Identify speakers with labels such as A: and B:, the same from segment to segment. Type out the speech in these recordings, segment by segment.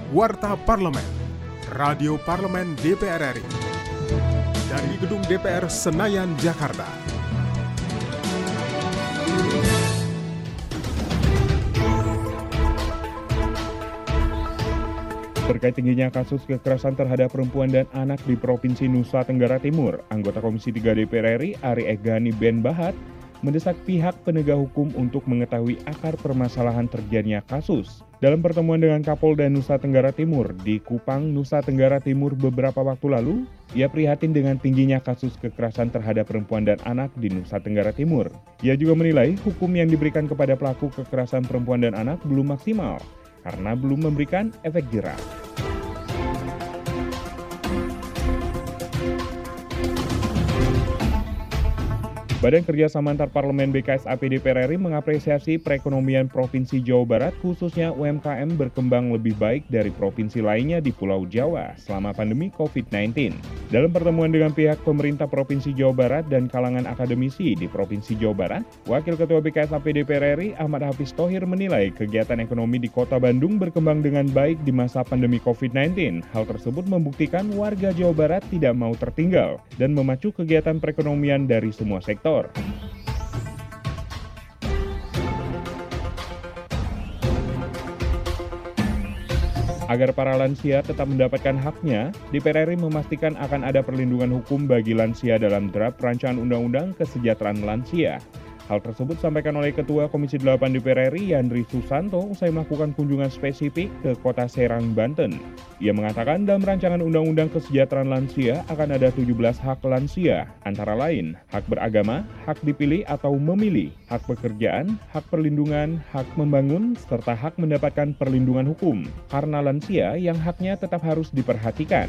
A: Warta Parlemen, Radio Parlemen DPR RI. Dari Gedung DPR Senayan, Jakarta.
B: Terkait tingginya kasus kekerasan terhadap perempuan dan anak di Provinsi Nusa Tenggara Timur, anggota Komisi 3 DPR RI, Ari Egani Ben Bahat, mendesak pihak penegak hukum untuk mengetahui akar permasalahan terjadinya kasus. Dalam pertemuan dengan Kapolda Nusa Tenggara Timur di Kupang, Nusa Tenggara Timur beberapa waktu lalu, ia prihatin dengan tingginya kasus kekerasan terhadap perempuan dan anak di Nusa Tenggara Timur. Ia juga menilai hukum yang diberikan kepada pelaku kekerasan perempuan dan anak belum maksimal, karena belum memberikan efek jerah. Badan Kerjasama Antar Parlemen BKSAP DPR RI mengapresiasi perekonomian Provinsi Jawa Barat, khususnya UMKM, berkembang lebih baik dari provinsi lainnya di Pulau Jawa selama pandemi COVID-19. Dalam pertemuan dengan pihak pemerintah Provinsi Jawa Barat dan kalangan akademisi di Provinsi Jawa Barat, Wakil Ketua BKSAP DPR RI Ahmad Hafiz Thohir menilai kegiatan ekonomi di Kota Bandung berkembang dengan baik di masa pandemi COVID-19. Hal tersebut membuktikan warga Jawa Barat tidak mau tertinggal dan memacu kegiatan perekonomian dari semua sektor. Agar para lansia tetap mendapatkan haknya, DPR RI memastikan akan ada perlindungan hukum bagi lansia dalam draft rancangan undang-undang kesejahteraan lansia. Hal tersebut disampaikan oleh Ketua Komisi 8 DPR RI Yandri Susanto usai melakukan kunjungan spesifik ke Kota Serang, Banten. Ia mengatakan dalam rancangan undang-undang kesejahteraan lansia akan ada 17 hak lansia, antara lain hak beragama, hak dipilih atau memilih, hak pekerjaan, hak perlindungan, hak membangun, serta hak mendapatkan perlindungan hukum, karena lansia yang haknya tetap harus diperhatikan.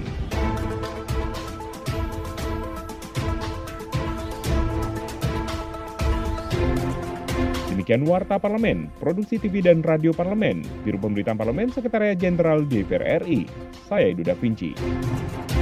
B: Demikian Warta Parlemen, Produksi TV dan Radio Parlemen, Biro Pemberitaan Parlemen, Sekretariat Jenderal DPR RI. Saya Edo Da Vinci.